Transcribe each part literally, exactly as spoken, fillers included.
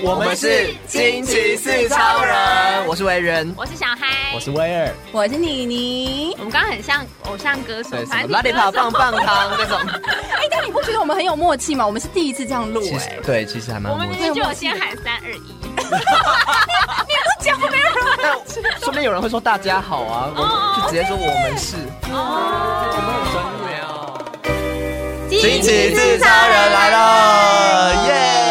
我们是惊奇四超人，我是维人， 我是小嗨， 我是威尔， 我是妮妮。 我们刚刚很像偶像歌手， 对，什么拉力跑棒棒糖那种。 哎，但你不觉得我们很有默契吗？我们是第一次这样录哎。 对，其实还蛮默契。 我们明明就有先喊三二一。 你不讲没有人。 但说不定有人会说大家好啊，我就直接说我们是。哦，我们很专业哦。惊奇四超人来了，耶！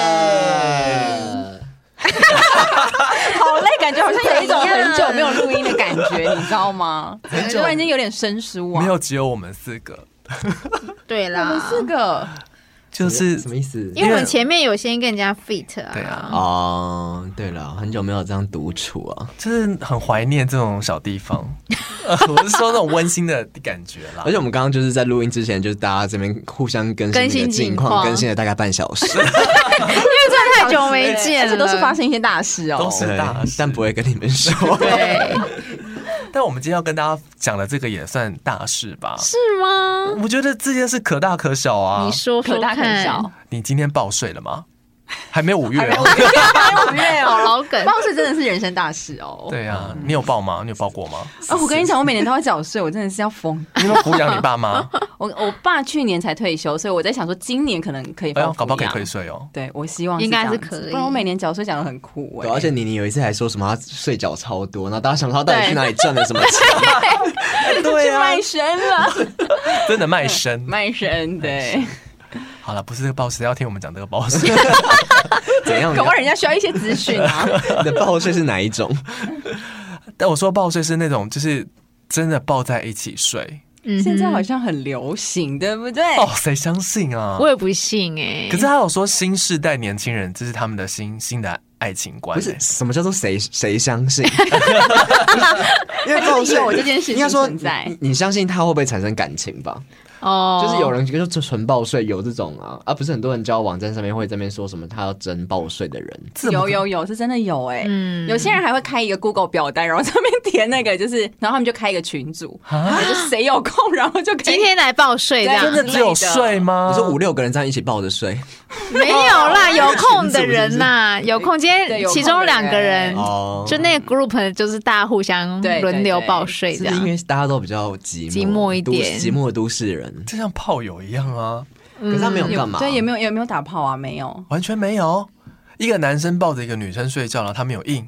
好累，感觉好像有一种很久没有录音的感觉，你知道吗？突然间有点生疏啊。 没有，只有我们四个。 对啦， 我们四个就是什么意思？ 因为我们前面有先跟人家 fit 啊。 对啊。 哦，对了，很久没有这样独处啊， 就是很怀念这种小地方。我是说那种温馨的感觉啦。 而且我们刚刚就是在录音之前，就是大家这边互相更新你的近况，更新了大概半小时。因为真的太久没见了， 而且都是发生一些大事哦， 都是大事， 但不会跟你们说。 对。 但我们今天要跟大家讲的这个也算大事吧？ 是吗？ 我觉得这件事可大可小啊。 你说说看。 可大可小。 你今天报税了吗？还没有五月哦，还没有五月哦，老梗。 报税真的是人生大事哦。 对啊，你有报吗？你有报过吗？ 啊，我跟你讲，我每年都要缴税，我真的是要疯。 你有没有抚养你爸妈？ 我我爸去年才退休，所以我在想说，今年可能可以。 哎呦，搞不好可以退税哦。 对，我希望应该是可以， 不然我每年缴税缴得很苦哎。 而且妮妮有一次还说什么他税缴超多，然后大家想说他到底去哪里赚了什么钱？ 对啊，卖身了， 真的卖身， 卖身对。 好了，不是这个报税，要听我们讲这个报税。 怎样？ 搞不好人家需要一些资讯啊。 你的报税是哪一种？ 但我说报税是那种，就是真的报在一起税。 嗯，现在好像很流行，对不对？ 哦，谁相信啊？ 我也不信哎、欸。 可是他有说新世代年轻人，这是他们的新新的爱情观、欸。 不是什么叫做谁谁相信？ 因为报税有这件事情应该说存在， 你你相信他会不会产生感情吧？ 哦， 就是有人就纯报税有这种啊，啊不是很多人交友网站上面会在那边说什么他要真报税的人， 有有有是真的有哎、欸，嗯，有些人还会开一个 Google 表单，然后上面填那个就是，然后他们就开一个群组，就谁有空然后就可以今天来报税这样， 真的只有税吗？ 你说五六个人这样一起报的税？ 没有啦，有空的人呐、啊，有空。今天其中两个人，就那个 group 就是大家互相轮流报税这样， 是因为大家都比较寂寞寂寞一点， 寂寞的都市人。 就像炮友一样啊， 可是他没有干嘛？ 对，也没有也没有打炮啊，没有， 完全没有。一个男生抱着一个女生睡觉，然后他没有硬，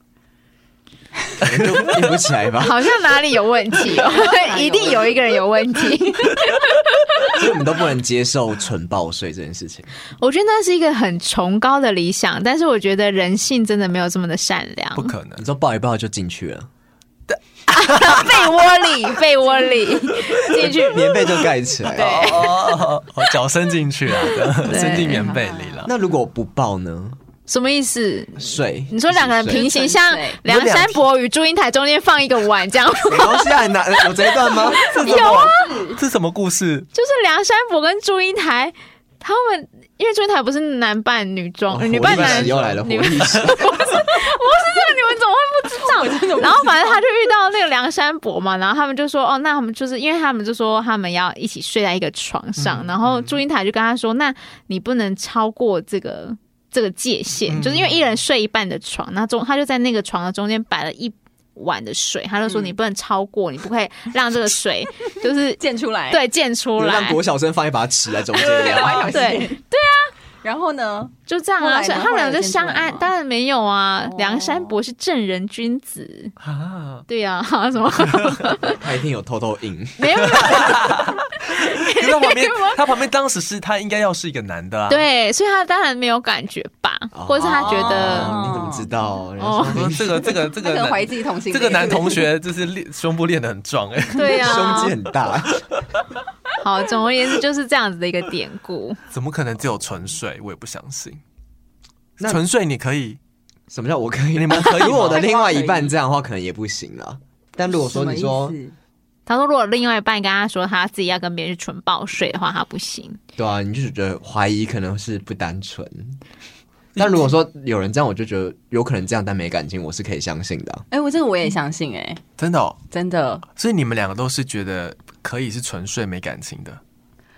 就硬不起来吧？ 好像哪里有问题哦，一定有一个人有问题。 所以我们都不能接受纯报税这件事情。 我觉得那是一个很崇高的理想，但是我觉得人性真的没有这么的善良， 不可能。 你说抱一抱就进去了。 被窝里，被窝里进去， 棉被就盖起来了， 对，哦，脚伸进去了，伸进棉被里了。 那如果不抱呢？ 什么意思？ 睡？ 你说两个人平行，像梁山伯与祝英台中间放一个碗这样？ 没关系啊，有这一段吗？ 有啊， 这是什么故事？ 就是梁山伯跟祝英台他们。因为祝英台不是男扮女装，哦、女扮男又来了，活力史， 不是不是这个，你们怎么会不知道？然后反正他就遇到那个梁山伯嘛，然后他们就说，哦，那他们就是因为他们就说他们要一起睡在一个床上，嗯、然后祝英台就跟他说，那你不能超过这个这个界限，嗯、就是因为一人睡一半的床，那中他就在那个床的中间摆了一碗的水，他就说你不能超过，嗯、你不可以让这个水就是溅出来， 对，溅出来， 让国小生放一把尺在中间一样，对对啊。 然后呢， 就这样啊，所以他们俩就相爱。当然没有啊，哦、梁山伯是正人君子啊，对呀、啊，什么？ 他一定有偷偷硬， 没有。 可是他旁边，他旁边当时是他应该要是一个男的啊， 对，所以他当然没有感觉吧，哦、或者是他觉得、 哦、你怎么知道？ 哦，这个这个这个， 可能怀疑自己同性恋， 这个男同学就是练胸部练得很壮哎， 对呀、啊， 胸肌很大。 好，总而言之就是这样子的一个典故。 怎么可能只有纯睡？我也不相信。纯睡你可以？ 什么叫我可以？ 你们可以？ 如果我的另外一半这样的话，可能也不行了。但如果说你说， 他说如果另外一半跟他说他自己要跟别人去纯报税的话，他不行。 对啊，你就觉得怀疑可能是不单纯。但如果说有人这样，我就觉得有可能这样，但没感情，我是可以相信的、啊。 哎、欸，我这个我也相信、欸，哎， 真的、哦， 真的。 所以你们两个都是觉得可以是纯粹没感情的。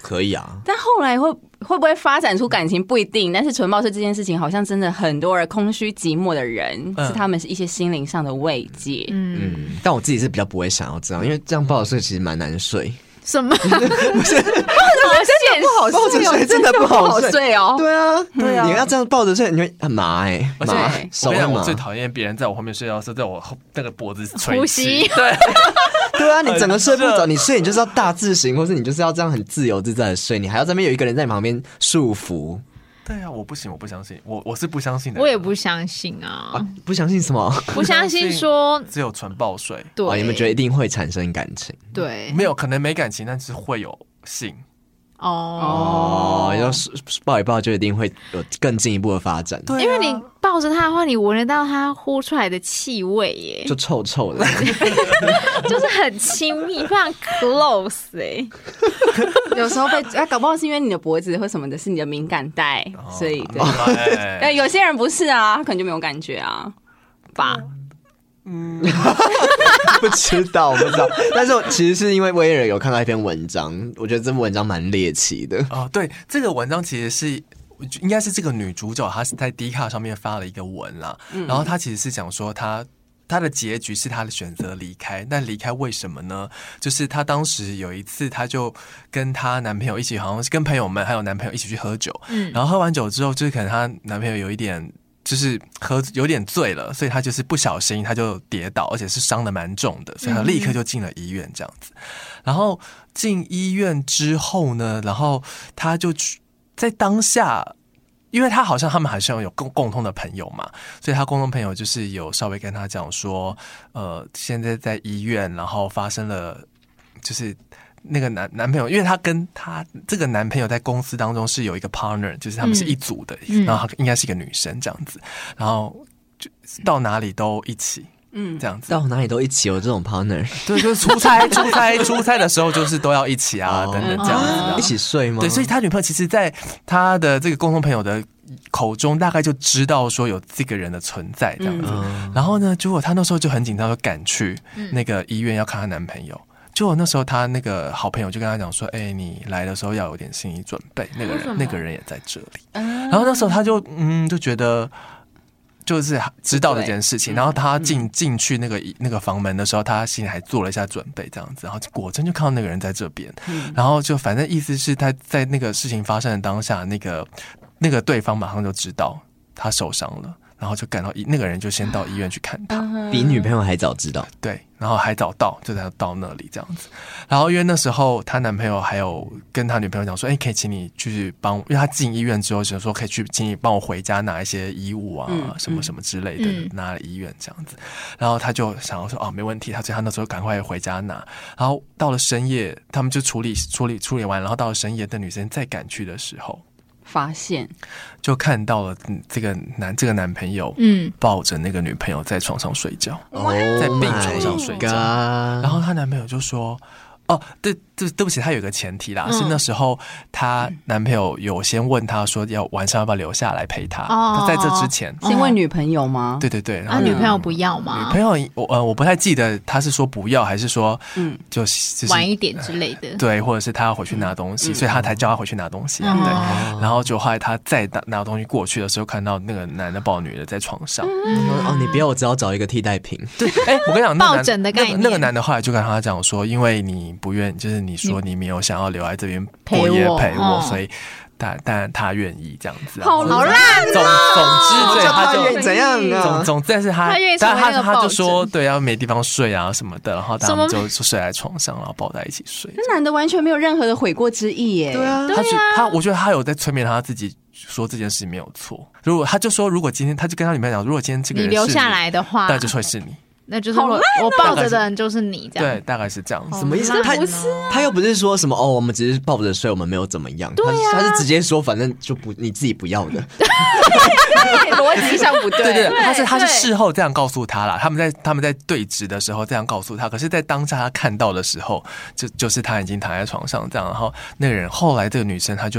可以啊。 但后来会会不会发展出感情不一定，但是纯报税这件事情好像真的很多人空虚寂寞的人、嗯、是他们是一些心灵上的慰藉。嗯, 嗯，但我自己是比较不会想要这样，因为这样报税其实蛮难睡。 什么？不是， 不是，不好抱着睡真的不好睡哦。 对啊， 对啊， 你要这样抱着睡，你会很麻哎、欸，麻手很麻。我最讨厌别人在我后面睡觉的时候，在我那个脖子吹气。对， 对啊，你整个睡不着，你睡你就是要大字型，或是你就是要这样很自由自在的睡，你还要在那边有一个人在你旁边束缚。 对啊，我不行，我不相信，我我是不相信的。 我也不相信啊，啊不相信什么？ 不相信说只有纯报税。 对、 哦，你们觉得一定会产生感情？ 对， 没有可能没感情，但是会有性。 哦哦，要抱一抱就一定会有更进一步的发展。 对、啊，因为你抱着他的话，你闻得到他呼出来的气味耶， 就臭臭的， 就是很亲密，非常 close 哎。 有时候被啊，搞不好是因为你的脖子或什么的，是你的敏感带，哦、所以对。哎、有些人不是啊，他可能就没有感觉啊，吧。 嗯，不知道，我不知道。但是其实是因为威尔有看到一篇文章，我觉得这篇文章蛮猎奇的。 哦，对，这个文章其实是应该是这个女主角她是在 D 卡上面发了一个文啦，嗯、然后她其实是讲说她。她的结局是她的选择离开，但离开为什么呢？就是她当时有一次，她就跟她男朋友一起，好像是跟朋友们还有男朋友一起去喝酒，嗯，然后喝完酒之后，就是可能她男朋友有一点。就是喝有点醉了，所以他就是不小心他就跌倒，而且是伤得蛮重的，所以他立刻就进了医院这样子。然后进医院之后呢，然后他就在当下，因为他好像他们好像有共共同的朋友嘛，所以他共同朋友就是有稍微跟他讲说，呃，现在在医院，然后发生了就是。那个男男朋友，因为他跟他这个男朋友在公司当中是有一个 partner， 就是他们是一组的，嗯、然后他应该是一个女生这样子，然后就到哪里都一起，嗯，这样子， 到哪里都一起有这种 partner， 对，就是出差出差出差的时候，就是都要一起啊，哦、等等这样子、啊， 一起睡吗？ 对，所以他女朋友其实，在他的这个共同朋友的口中，大概就知道说有这个人的存在这样子，嗯、然后呢，结果他那时候就很紧张，就赶去那个医院要看她男朋友。就我那时候，他那个好朋友就跟他讲说：“哎、欸，你来的时候要有点心理准备，那个人那个人也在这里。”然后那时候他就嗯就觉得就是知道这件事情，然后他进进去那个那个房门的时候，他心里还做了一下准备，这样子，然后果真就看到那个人在这边，然后就反正意思是他在那个事情发生的当下，那个那个对方马上就知道他受伤了。然后就赶到那个人就先到医院去看他， 比女朋友还早知道。 对，然后还早到，就在到那里这样子。然后因为那时候她男朋友还有跟他女朋友讲说，哎，可以请你去帮，因为他进医院之后就说可以去请你帮我回家拿一些衣物啊，嗯、什么什么之类的，嗯、拿了医院这样子。然后他就想要说，哦，没问题，他所以他那时候赶快回家拿。然后到了深夜，他们就处理处理处理完，然后到了深夜，的女生再赶去的时候。 发现就看到了这个男这个男朋友，嗯，抱着那个女朋友在床上睡觉，哦、在病床上睡觉，然后她男朋友就说。哦，对对对不起，他有一个前提啦，嗯、是那时候她男朋友有先问她说要晚上要不要留下来陪她，哦、在这之前先问女朋友吗？ 对对对，然后、啊、女朋友不要吗？ 女朋友我呃我不太记得他是说不要还是说嗯就、就是晚一点之类的， 对，或者是他要回去拿东西，嗯、所以他才叫他回去拿东西，嗯、对，哦、然后就后来他再拿拿东西过去的时候，看到那个男的抱女的在床上， 嗯、哦，你不要，我只要找一个替代品。 对，哎，我跟你讲，那个抱枕的概念， 那个男的后来就跟他讲说，因为你不愿，就是你说你没有想要留在这边过夜陪我，所以但但他愿意这样子， 好烂哦。 总总之，对，他就怎样啊？ 总总之是他，但他他就说，对，要没地方睡啊什么的，然后他们就睡在床上，然后抱在一起睡。 那男的完全没有任何的悔过之意耶。 对啊， 他他，我觉得他有在催眠他自己。说这件事没有错，如果他就说，如果今天他就跟他女朋友讲，如果今天这个人你留下来的话， 那就会是你， 那就是我、哦、我抱着的人就是你这样， 对，大概是这样。 什么意思？他不是、啊，他又不是说什么哦，我们只是抱着睡，我们没有怎么样。 对啊， 他是直接说，反正就不你自己不要的， 逻辑上不对。 对 对, 對，他是他是事后这样告诉他啦，他们在他们在对峙的时候这样告诉他，可是，在当下他看到的时候，就就是他已经躺在床上这样，然后那个人后来这个女生她就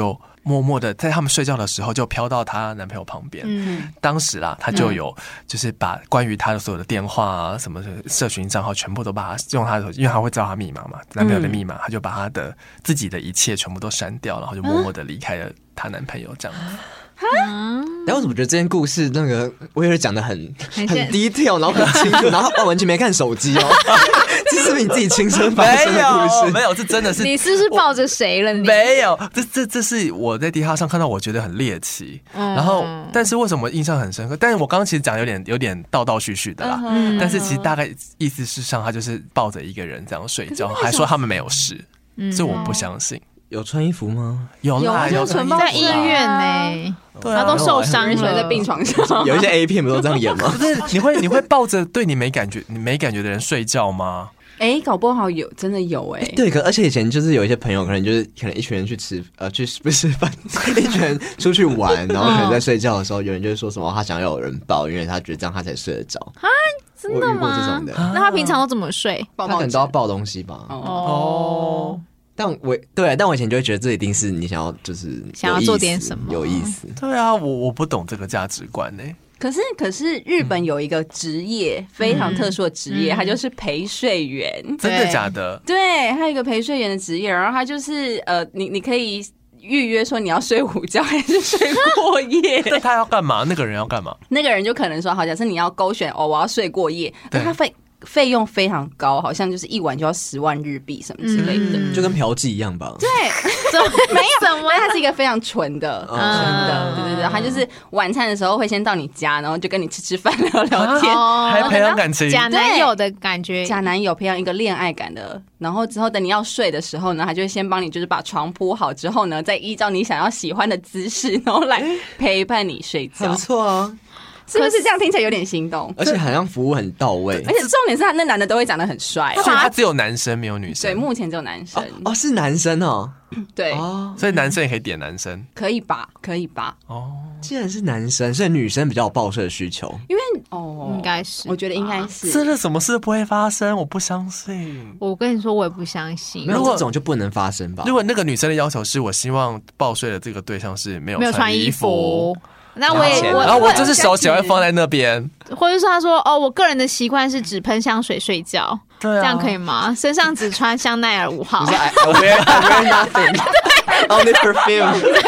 默默的在他们睡觉的时候就飘到她男朋友旁边。嗯，当时啦，她就有就是把关于她的所有的电话啊、什么社群账号全部都把她用她的手机，因为她会知道她密码嘛，男朋友的密码，她就把她的自己的一切全部都删掉，然后就默默的离开了她男朋友这样。 但我怎么觉得这件故事那个威尔讲的很很 detail， 然后很清楚，然后他完全没看手机哦。这是不是你自己亲身发生的故事？ 没有，这真的是你是不是抱着谁了你？ 没有，这这这是我在迪卡上看到，我觉得很猎奇。嗯、然后，但是为什么印象很深刻？但是我刚刚其实讲有点有点倒倒叙叙的啦。嗯、但是其实大概意思是上，他就是抱着一个人这样睡觉，还说他们没有事，嗯、这我不相信。 有穿衣服吗？ 有啦，有穿衣服在医院呢、欸， 对啊，他都受伤了， 在病床上。 有一些 A 片不都这样演吗？ 不是，你会你会抱着对你没感觉、你没感觉的人睡觉吗？ 哎、欸，搞不好有，真的有哎、欸。 对，可而且以前就是有一些朋友，可能就是可能一群人去吃呃去不是吃饭，一群人出去玩，然后可能在睡觉的时候，有人就会说什么他想要有人抱，因为他觉得这样他才睡得着。啊， 真的吗？ 我遇过这种的。 那他平常都怎么睡？ 他可能都要抱东西吧。 哦。哦但我对，但我以前就会觉得这一定是你想要，就是想要做点什么， 有意思。 对啊，我我不懂这个价值观呢、欸。 可是，可是日本有一个职业、嗯、非常特殊的职业，嗯、它就是陪睡员。 真的假的？ 对，还有一个陪睡员的职业，然后它就是呃，你你可以预约说你要睡午觉还是睡过夜。 那他要干嘛？那个人要干嘛？ 那个人就可能说，好，假设你要勾选哦，我要睡过夜，但他费费用非常高，好像就是一晚就要十万日币什么之类的， 嗯、就跟嫖妓一样吧？ 对，没有，但它是一个非常纯的、纯的，对对对，他就是晚餐的时候会先到你家，然后就跟你吃吃饭、聊聊天， 哦、 还培养感情， 假男友的感觉， 假男友培养一个恋爱感的，然后之后等你要睡的时候呢，他就会先帮你就是把床铺好之后呢，再依照你想要喜欢的姿势，然后来陪伴你睡觉， 不错啊。 是不是这样听起来有点心动？ 而且好像服务很到位， 而且重点是他那男的都会长得很帅， 所以他只有男生没有女生。 对，目前只有男生。 哦，哦是男生哦。 对、 哦， 所以男生也可以点男生， 可以吧？可以吧？ 哦， 既然是男生，所以女生比较有报社的需求， 因为哦， 应该是， 我觉得应该是。 真的什么事不会发生？我不相信。 我跟你说，我也不相信。 没有这种就不能发生吧？ 如果那个女生的要求是我希望报睡的这个对象是没有没有穿衣服。那我也我， 然后我就是手脚会放在那边， 或者说他说哦，我个人的习惯是只喷香水睡觉， 对啊， 这样可以吗？身上只穿香奈儿五号。 你说 I wear I wear nothing, only perfume。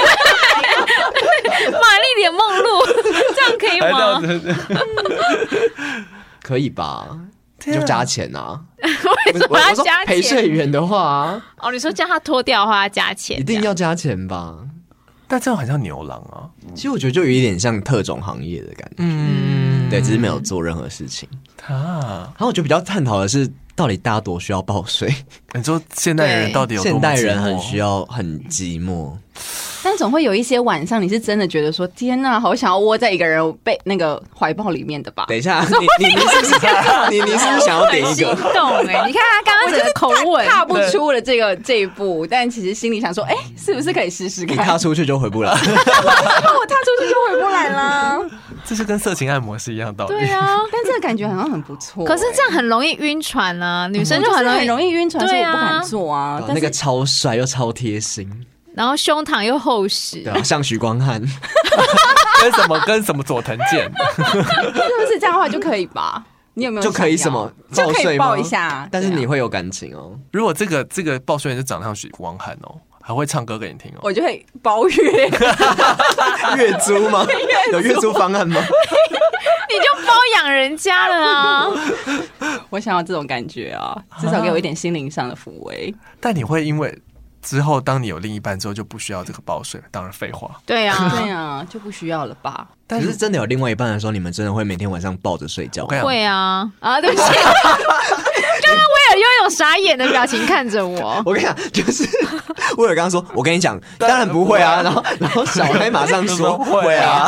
玛丽莲梦露，这样可以吗？ 可以吧？就加钱啊！ 为什么要加钱？ 陪睡员的话、啊， 哦，你说叫他脱掉的话要加钱， 一定要加钱吧？ 但这样很像牛郎啊， 其实我觉得就有一点像特种行业的感觉，嗯，对，只是没有做任何事情啊。然后我觉得比较探讨的是，到底大家多需要报税？ 你说现代人到底有多么寂寞？ 现代人很需要，很寂寞。 但总会有一些晚上，你是真的觉得说，天哪，好想要窝在一个人被那个怀抱里面的吧？ 等一下，你你你是不是你你是不是想要点一个？ 心动哎、欸！你看他刚刚整个口吻， 踏不出了这个这一步，但其实心里想说，哎、欸，是不是可以试试看？ 你踏出去就回不来， 我踏出去就回不来啦。 这是跟色情按摩是一样的道理。 对啊， 但这个感觉好像很不错、欸。 可是这样很容易晕船啊，女生就很容易、 嗯、很容易晕船，所以我不敢做啊。 那个超帅又超贴心。 然后胸膛又厚实， 对啊，像许光汉， 跟什么跟什么佐藤健， 是不是这样的话就可以吧？你有没有就可以什么就可以抱一下？ 但是你会有感情哦。 如果这个这个报税员就长得像许光汉哦，还会唱歌给你听哦， 我就会包月月租吗？有月租方案吗？ 你就包养人家了啊！ 我想要这种感觉啊，至少给我一点心灵上的抚慰。 但你会因为之后，当你有另一半之后，就不需要这个报税，当然废话。 对啊， 对啊，就不需要了吧？ 但是真的有另外一半的时候，你们真的会每天晚上抱着睡觉？ 会啊啊！对不起，刚刚威尔又用傻眼的表情看着我。 我跟你讲，就是威尔刚刚说，我跟你讲，当然不会啊。然后，然后小黑马上说会啊。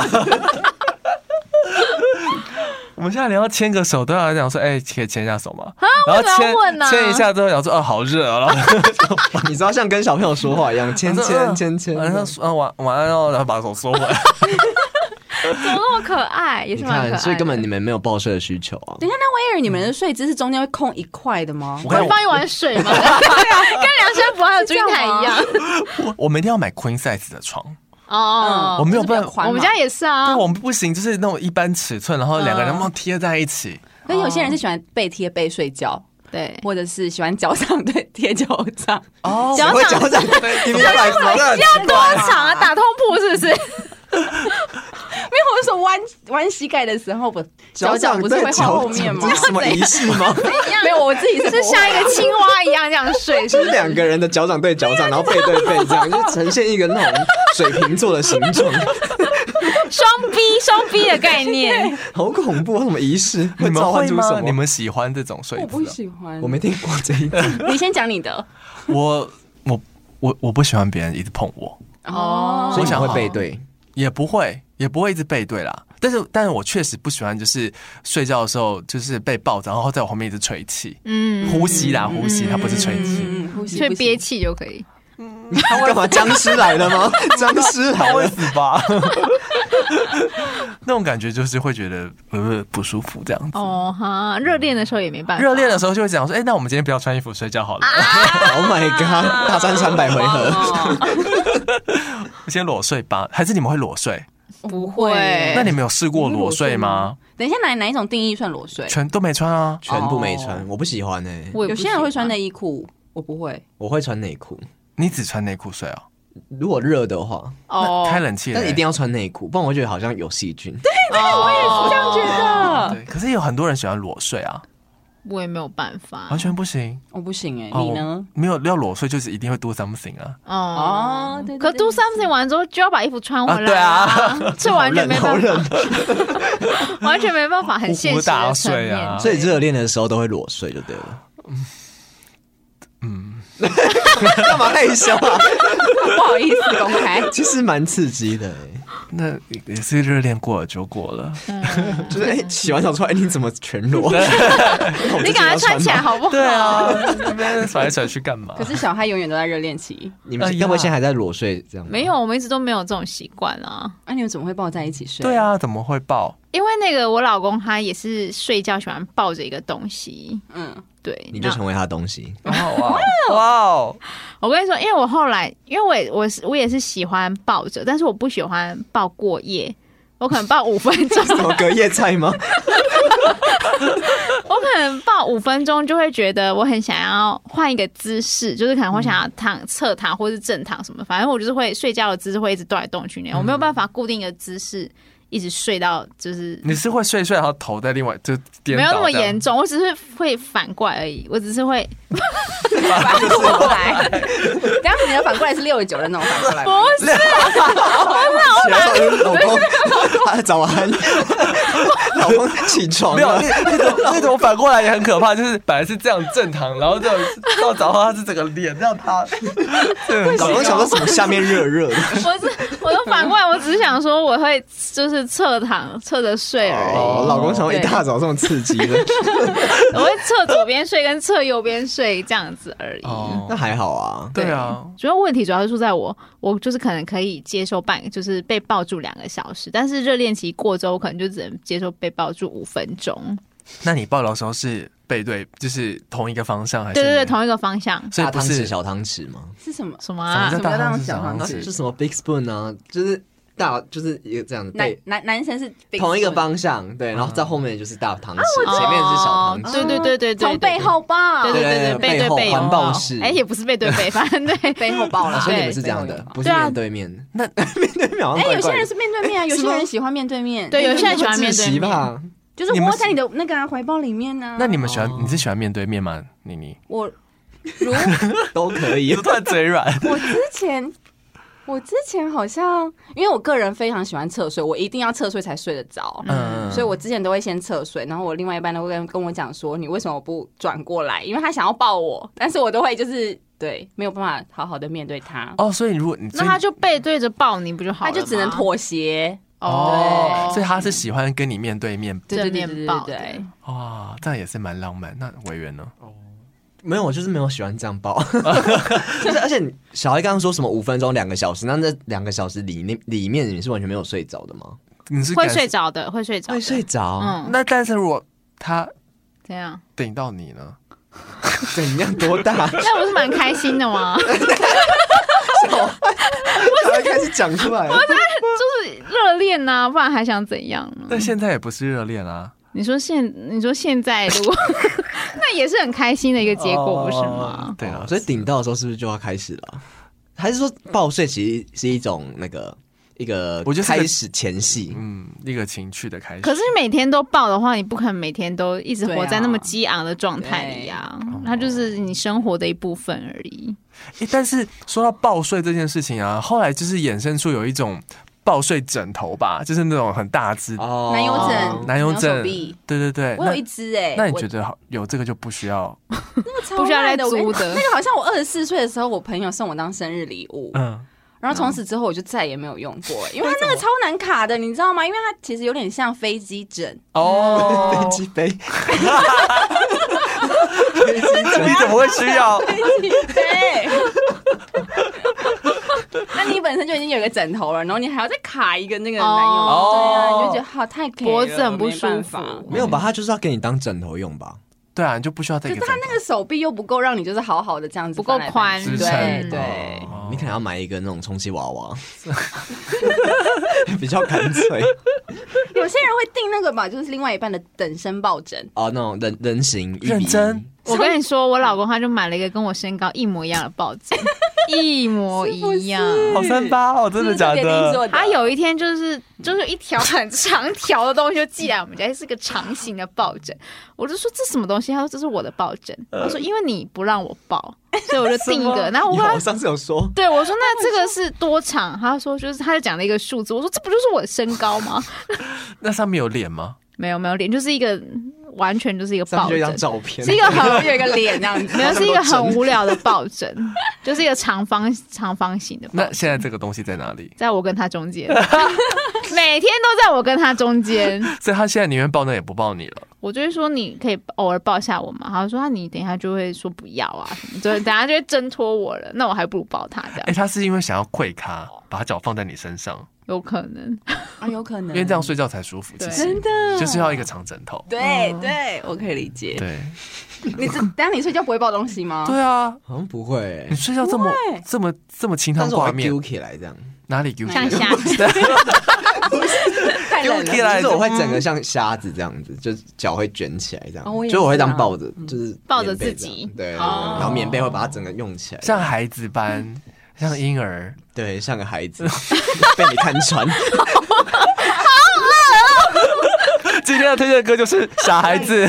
我们现在连要牵个手都要讲说，哎、欸，可以牵一下手吗？ 然后牵牵一下之后，讲说，哦，好热啊！然后你知道像跟小朋友说话一样，牵牵牵牵， 然后说晚晚安哦，然后把手收回来。 怎么那么可爱？也是蛮可爱的。 所以根本你们没有报税的需求啊。 等一下，那威 Jerry， 你们的睡姿是中间会空一块的吗？ 我会放一碗水吗？对啊，跟梁山伯还有祝英台一样。 我我们一定要买 queen size 的床。 哦、 嗯，我没有办法， 我们家也是啊。 对，我们不行，就是那种一般尺寸，然后两个人要贴在一起。 可是有些人是喜欢背贴背睡觉。 对， 或者是喜欢脚掌对贴脚掌哦，脚掌脚掌你们要买什么？要多长啊？打通铺是不是？ 没有，我是说弯弯膝盖的时候，不脚掌不是会靠后面吗？ 这是什么仪式吗？ 没有，我自己是是像一个青蛙一样这样睡， 就是两个人的脚掌对脚掌，然后背对背这样，就呈现一个那种水瓶座的形状。 双 B 双 B 的概念， 好恐怖！什么仪式？ 你们会吗？你们们喜欢这种睡姿？ 我不喜欢， 我没听过这一种。 你先讲你的。 我我我我不喜欢别人一直碰我哦， 所以想会背对， 也不会也不会一直背对啦。但是但是我确实不喜欢，就是睡觉的时候就是被抱着，然后在我后面一直吹气，嗯，呼吸啦呼吸，它不是吹气， 嗯，呼吸， 所以憋气就可以。 你干嘛？僵尸来了吗？僵尸来了， 会死吧？那种感觉就是会觉得呃不舒服这样子。 哦哈，热恋的时候也没办法。 热恋的时候就会讲说，哎、欸，那我们今天不要穿衣服睡觉好了。 啊、Oh my god！ 大战三百回合， 先裸睡吧？还是你们会裸睡？ 不会。 那你们有试过裸睡吗？ 等一下，哪哪一种定义算裸睡？ 全都没穿啊， 全部没穿，哦、我不喜欢呢、欸。 有些人会穿内衣裤，我不会， 我会穿内裤。 你只穿内裤睡哦？ 如果热的话， 哦，开冷气， 但一定要穿内裤，不然我觉得好像有细菌。 对对，我也是这样觉得。 对，可是有很多人喜欢裸睡啊， 我也没有办法， 完全不行。 我不行哎、欸，你呢？ 没有要裸睡，就是一定会 do something 啊。 哦，对，可 do something 完之后就要把衣服穿回来， 对啊， 这完全没办法，完全没办法，很现实的层面。 所以热恋的时候都会裸睡就对了。 嗯。 干嘛害羞啊？ 不好意思公开， 其实蛮刺激的、欸。 那也是热恋过了就过了， 嗯、 就是哎、欸，洗完澡出来，哎、欸，你怎么全裸？ 你赶快穿起来好不好？ 对啊，那边甩来甩去干嘛？ 可是小孩永远都在热恋期， 你们要不要现在还在裸睡这样？ 没有，我们一直都没有这种习惯啊。 那、啊、你们怎么会抱在一起睡？ 对啊，怎么会抱？ 因为那个我老公他也是睡觉喜欢抱着一个东西，嗯，对， 你就成为他的东西。 哇哇哦！ 我跟你说，因为我后来，因为我也我是我也是喜欢抱着，但是我不喜欢抱过夜，我可能抱五分钟。 什么隔夜菜吗？ 我可能抱五分钟就会觉得我很想要换一个姿势，就是可能会想要躺侧躺或是正躺什么，反正我就是会睡觉的姿势会一直动来动去那样，我没有办法固定一个姿势。一直睡到就是你是会睡睡然后头在另外就颠倒， 没有那么严重，我只是会反过来而已，我只是会反过来。等下你的反过来是六十九的那种反过来， 不是， 老公早安，老公起床， 没有那种那种反过来也很可怕，就是本来是这样正躺，然后这样到早上他是整个脸让他， 老公想说什么下面热热的， 我是我都反过来，我只是想说我会就是侧躺侧着睡而已。 哦，老公想说一大早这么刺激的， 我会侧左边睡跟侧右边睡这样子而已。 哦，那还好啊。 对啊， 主要问题主要是出在我，我就是可能可以接受半，就是被抱住两个小时，但是热恋期过之后，我可能就只能接受被抱住五分钟。 那你抱的时候是背对，就是同一个方向还是？ 对对对，同一个方向。 大汤匙小汤匙吗？ 是什么什么啊？ 什么叫大汤匙小汤匙？ 是什么 Big Spoon 啊？就是大，就是一个这样的。 男男男生是 big 同一个方向，对，然后在后面就是大汤匙，前面是小汤匙。 对对对对对， 从背后抱。 对对对对，背对背环抱式。 哎，也不是背对背，反正对背后抱了。 所以你们是这样的，不是面对面。那面对面，哎， 有些人是面对面啊，有些人喜欢面对面。 对，有些人喜欢面对面。 就是窝在你的那个怀抱里面呢。 那你们喜欢？你是喜欢面对面吗？妮妮， 我如都可以， 突然嘴软。 我之前，我之前好像，因为我个人非常喜欢侧睡，我一定要侧睡才睡得着。嗯，所以我之前都会先侧睡，然后我另外一半都会跟跟我讲说，你为什么不转过来？因为他想要抱我，但是我都会就是对没有办法好好的面对他。 哦，所以如果你那他就背对着抱你不就好了吗？ 他就只能妥协。 哦，所以他是喜欢跟你面对面正面抱，对， 哇，这样也是蛮浪漫。那委员呢？哦， 没有，我就是没有喜欢这样抱。就是而且小孩刚刚说什么五分钟、两个小时，那那两个小时里面里面你是完全没有睡着的吗？ 你是会睡着的，会睡着， 会睡着。 嗯，那但是如果他怎样？ 顶到你呢？ 怎样多大？ 那不是蛮开心的吗？ 才开始讲出来， 就是热恋呐，不然还想怎样呢？ 但现在也不是热恋啊。 你说现你说现在如果那也是很开心的一个结果，不是吗？ 对啊， 所以顶到的时候是不是就要开始了？还是说报税其实是一种那个一个我觉得开始前戏， 嗯，一个情趣的开始。 可是每天都报的话，你不可能每天都一直活在那么激昂的状态里啊，它就是你生活的一部分而已。 欸、但是说到报税这件事情啊，后来就是衍生出有一种报税枕头吧，就是那种很大只哦男友枕， 男友枕， 对对对， 我有一只哎、欸。 那你觉得有这个就不需要？ 那个超不需要再烂的租的那个好像我二十四岁的时候，我朋友送我当生日礼物。 嗯。 然后从此之后我就再也没有用过，因为它那个超难卡的，你知道吗？因为它其实有点像飞机枕哦， 飞机杯， 飞机枕你怎么会需要？ 飞机杯。那你本身就已经有一个枕头了，然后你还要再卡一个那个男友， 哦对啊，你就觉得好太 K 了， 脖子很不舒服没办法。 没有吧？他就是要给你当枕头用吧？ 对啊，你就不需要再一个枕头。 可是他那个手臂又不够让你就是好好的这样子不够宽， 支对撑对。 哦你可能要买一个那种充气娃娃，比较干脆。 有些人会订那个吧，就是另外一半的等身抱枕哦，那种人人形一比一认真。 我跟你说，我老公他就买了一个跟我身高一模一样的抱枕，一模一样。 好三八哦，真的假的？ 他有一天就是就是一条很长条的东西就寄来我们家，是个长形的抱枕。我就说这什么东西？他说这是我的抱枕。他说因为你不让我抱，所以我就订一个。然后我我上次有说， 对我说那这个是多长？他说就是他就讲了一个数字。我说这不就是我的身高吗？ 那上面有脸吗？ 没有没有脸，就是一个完全就是一个抱枕， 就一张照片， 是一个很有一个脸这样子， 没有是一个很无聊的抱枕，就是一个长方长方形的抱枕。 那现在这个东西在哪里？ 在我跟他中间，每天都在我跟他中间， 所以他现在宁愿抱那也不抱你了。 我就会说你可以偶尔抱一下我嘛，他说他你等一下就会说不要啊什么，就等一下就会挣脱我了，那我还不如抱他这样。 哎、欸，他是因为想要跪咖，把脚放在你身上， 有可能啊，有可能， 因为这样睡觉才舒服。其实真的就是要一个长枕头。 对对，我可以理解。 对， 你这等下你睡觉不会抱东西吗？ 对啊， 好像不会、欸。 你睡觉这么这么这么清汤挂面， 丢起来这样， 哪里丢？ 像虾子。 丢起来，就是我会整个像虾子这样子，就是脚会卷起来这样， 哦啊、 就我会当抱着，就是抱着自己， 对，哦、然后棉被会把它整个用起来， 像孩子般，像婴儿， 对，像个孩子，被你看穿。 今天要推荐的歌就是《傻孩子》，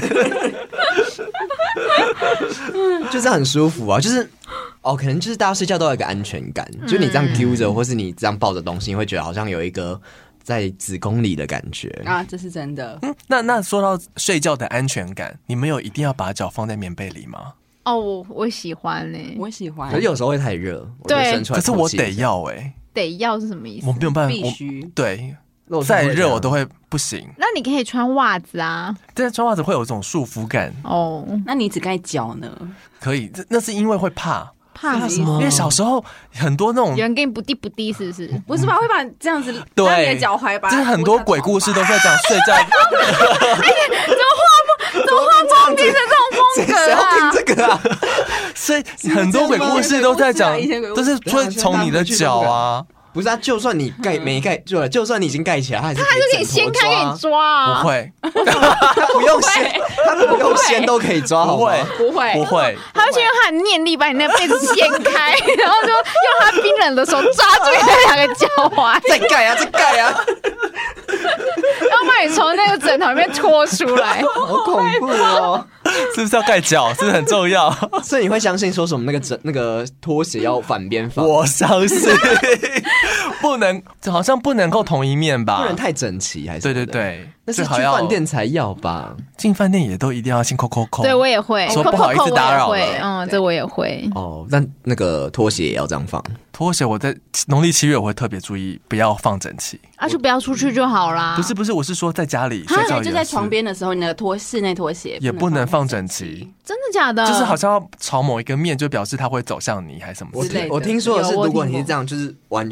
就这样很舒服啊，就是哦，可能就是大家睡觉都有一个安全感，嗯、就你这样丢着，或是你这样抱着东西，你会觉得好像有一个在子宫里的感觉啊，这是真的。 嗯，那那说到睡觉的安全感，你们有一定要把脚放在棉被里吗？ 哦，我我喜欢呢、欸， 我喜欢。 可是有时候会太热， 对， 可是我得要哎、欸， 得要是什么意思？ 我没有办法， 必须对。再热我都会不行。 那你可以穿袜子啊， 但是穿袜子会有一种束缚感。 哦， 那你只盖脚呢？ 可以，那是因为会怕。 怕什么？ 因为小时候很多那种有人给你不滴不滴，是不是？ 不是吧？会把这样子对让你的脚踝吧？ 就是很多鬼故事都在讲睡觉。 哎，怎么画风？怎么画风变成这种风格啊？ 谁要听这个啊？ 所以很多鬼故事都在讲，都是会从你的脚啊。 不是啊，就算你盖没盖，就就算你已经盖起来，他还是他还是可以掀开给你抓啊。 不会， 他不用掀，他不用掀都可以抓， 不会， 不会， 不会。 他会先用他的念力把你那个被子掀开，然后就用他冰冷的手抓住你那两个脚踝， 再盖啊，再盖啊， 然后把你从那个枕头里面拖出来， 好恐怖哦！ 是不是要盖脚？是不是很重要？ 所以你会相信说什么那个枕那个拖鞋要反边放？ 我相信。不能，好像不能够同一面吧？ 不能太整齐，还是对对对， 那是去饭店才要吧？ 进饭店也都一定要先扣扣扣。 对我也会说不好意思打扰了， 嗯，这我也会。 哦，但那个拖鞋也要这样放。 拖鞋我在农历七月我会特别注意，不要放整齐。 啊，就不要出去就好啦。 不是不是，我是说在家里睡觉， 就在床边的时候，你的拖室内拖鞋也不能放整齐。 真的假的？ 就是好像要朝某一个面，就表示他会走向你，还是什么之类的。 我听说的是，如果你是这样，就是完全走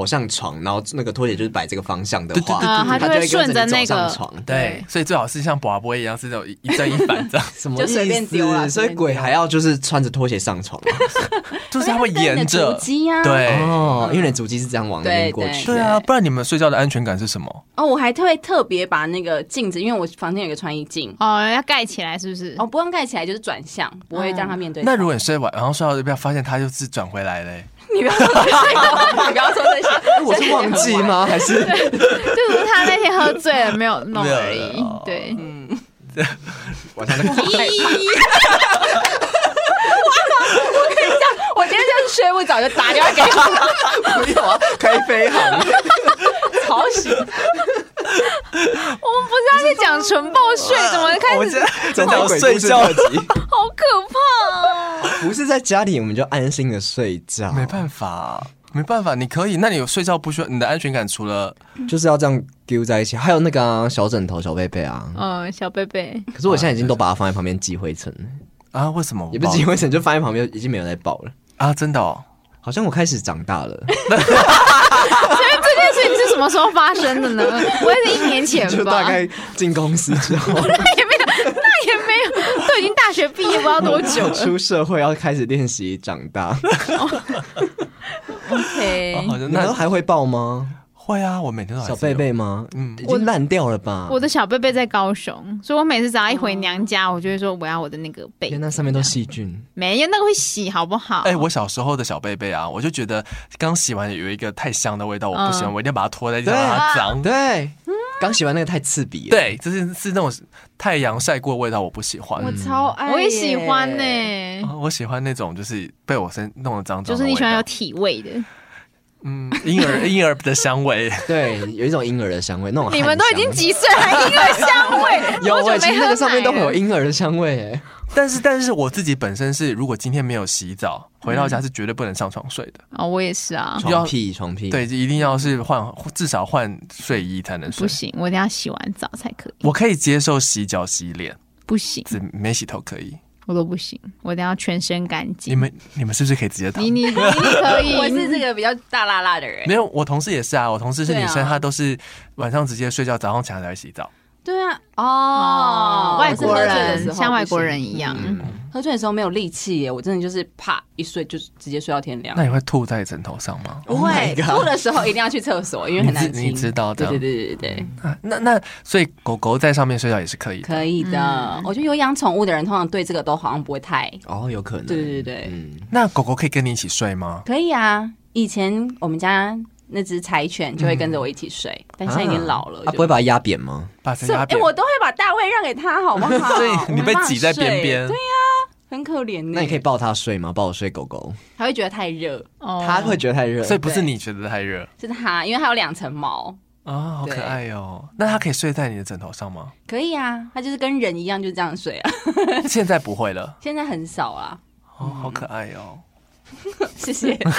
走上床，然后那个拖鞋就是摆这个方向的话， 啊，他就会顺着那个床。 对，所以最好是像拔波一样，是这种一正一反这样。 什么意思？ 就随便丢了。 所以鬼还要就是穿着拖鞋上床， 就是他会沿着足迹啊。 对哦，因为你足迹是这样往那边过去。 对啊，不然你们睡觉的安全感是什么？ 哦，我还特特别把那个镜子，因为我房间有个穿衣镜， 哦，要盖起来是不是？ 哦，不用盖起来，就是转向，不会让他面对。 那如果你睡完，然后睡到一半发现他就是转回来嘞？ 你不要说这些，你不要说这些， 我是忘记吗？还是就是他那天喝醉了没有弄而已。对， 嗯， 晚上那个。我跟你讲，我今天就睡不着，就打电话给他， 不要啊，开飞航， 吵醒。 我们不是要去讲纯报税，怎么开始真的睡觉？ 好可怕哦！ 不是在家里，我们就安心的睡觉。 没办法，没办法，你可以。那你有睡觉不需要你的安全感，除了就是要这样丢在一起，还有那个、啊、小枕头、小被被啊。 嗯，小贝贝。 可是我现在已经都把它放在旁边积灰尘了啊？为什么？ 也不是积灰尘，就放在旁边，已经没有在抱了啊！真的哦。 好像我开始长大了， 所以这件事情是什么时候发生的呢？不会是一年前吧？ 就大概进公司之后， 那也没有，那也没有，都已经大学毕业不知道多久了， 出社会要开始练习长大。 OK，、 哦、 你们都还会抱吗？ 会啊，我每天都还小贝贝吗？嗯，已经烂掉了吧？ 我的小贝贝在高雄，所以我每次只要一回娘家，我就会说我要我的那个贝。 天，那上面都细菌， 没有那个会洗好不好？ 哎、欸，我小时候的小贝贝啊，我就觉得刚洗完有一个太香的味道，我不喜欢，嗯、我一定要把它拖在地上让它脏。 对，刚洗完那个太刺鼻了。 对，就是是那种太阳晒过的味道，我不喜欢。 我超爱， 我也喜欢呢、欸哦。我喜欢那种就是被我身弄得脏脏， 就是你喜欢有体味的。 嗯，婴儿婴儿的香味， 对，有一种婴儿的香味，那种你们都已经几岁还婴儿香味？ 有哎，其实那个上面都会有婴儿的香味哎。 但是，但是我自己本身是，如果今天没有洗澡，回到家是绝对不能上床睡的。 哦，我也是啊， 床屁床屁， 对，一定要是换，至少换睡衣才能睡。 不行，我一定要洗完澡才可以。 我可以接受洗脚洗脸， 不行， 只没洗头可以。 我都不行，我一定要全身干净。 你们你们是不是可以直接躺？ 你你你可以， 我是这个比较大辣辣的人。 没有，我同事也是啊，我同事是女生，她、啊、都是晚上直接睡觉，早上起来才会洗澡。 对啊，哦， 外国人像外国人一样， 嗯、喝醉的时候没有力气耶，我真的就是啪一睡就直接睡到天亮。 那你会吐在枕头上吗？ 不会， oh、吐的时候一定要去厕所，因为很难清。 你知道的， 对对对对对。 啊、那那所以狗狗在上面睡觉也是可以的， 可以的。嗯、我觉得有养宠物的人通常对这个都好像不会太哦，有可能。 对对对， 嗯。那狗狗可以跟你一起睡吗？ 可以啊，以前我们家那只柴犬就会跟着我一起睡，嗯、但现在已经老了。 它、啊、不会把它压扁吗？ 把它压扁、 欸，我都会把大卫让给它，好不好？ 所以你被挤在边边。 对呀、啊，很可怜。 那你可以抱它睡吗？抱我睡狗狗， 它会觉得太热。 哦， 它会觉得太热， 所以不是你觉得太热， 是它，因为它有两层毛。 啊、哦，好可爱哦！那它可以睡在你的枕头上吗？ 可以啊，它就是跟人一样，就这样睡啊。 现在不会了， 现在很少啊。 哦，好可爱哦！ 谢谢。 什么？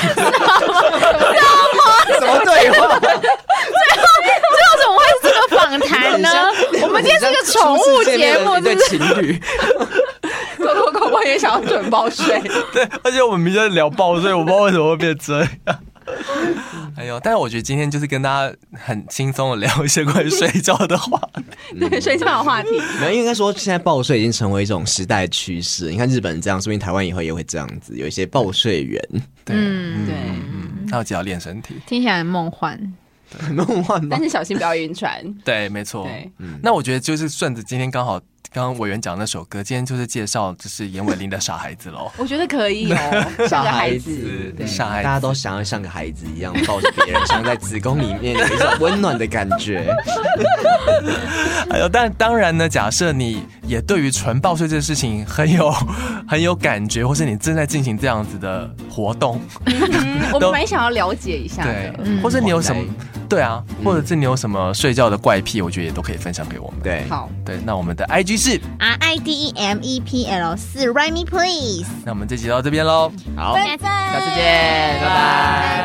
什么对话？ 最后，最后怎么会是这个访谈呢？我们今天是个宠物节目， 对情侣。 狗狗狗狗也想要准报睡。 对，而且我们明天聊报睡，我不知道为什么会变这样。哎呦！但是我觉得今天就是跟大家很轻松的聊一些关于睡觉的话题， 对睡觉的话题。 没有，应该说现在抱睡已经成为一种时代趋势。你看日本这样，说不定台湾以后也会这样子，有一些抱睡员。 对， 嗯，对， 嗯，他要记得练身体， 听起来很梦幻， 很梦幻吗？ 但是小心不要晕船。 对，没错。嗯，那我觉得就是顺着今天刚好。刚刚委员讲那首歌，今天就是介绍就是严伟玲的傻孩子喽。 我觉得可以哦， 傻孩子， 对，傻孩子， 大家都想要像个孩子一样抱着别人，像在子宫里面有一种温暖的感觉。 哎呦，但当然呢，假设你也对于纯抱睡这件事情很有很有感觉，或是你正在进行这样子的活动， 嗯、我们蛮想要了解一下的。 对，嗯、或者你有什么？对啊，或者是你有什么睡觉的怪癖，我觉得也都可以分享给我们。 对， 好， 对，那我们的 I G 是 R I D E M E P L 四 Write Me Please。 那我们这集到这边喽， 好， 下次下次见，拜拜。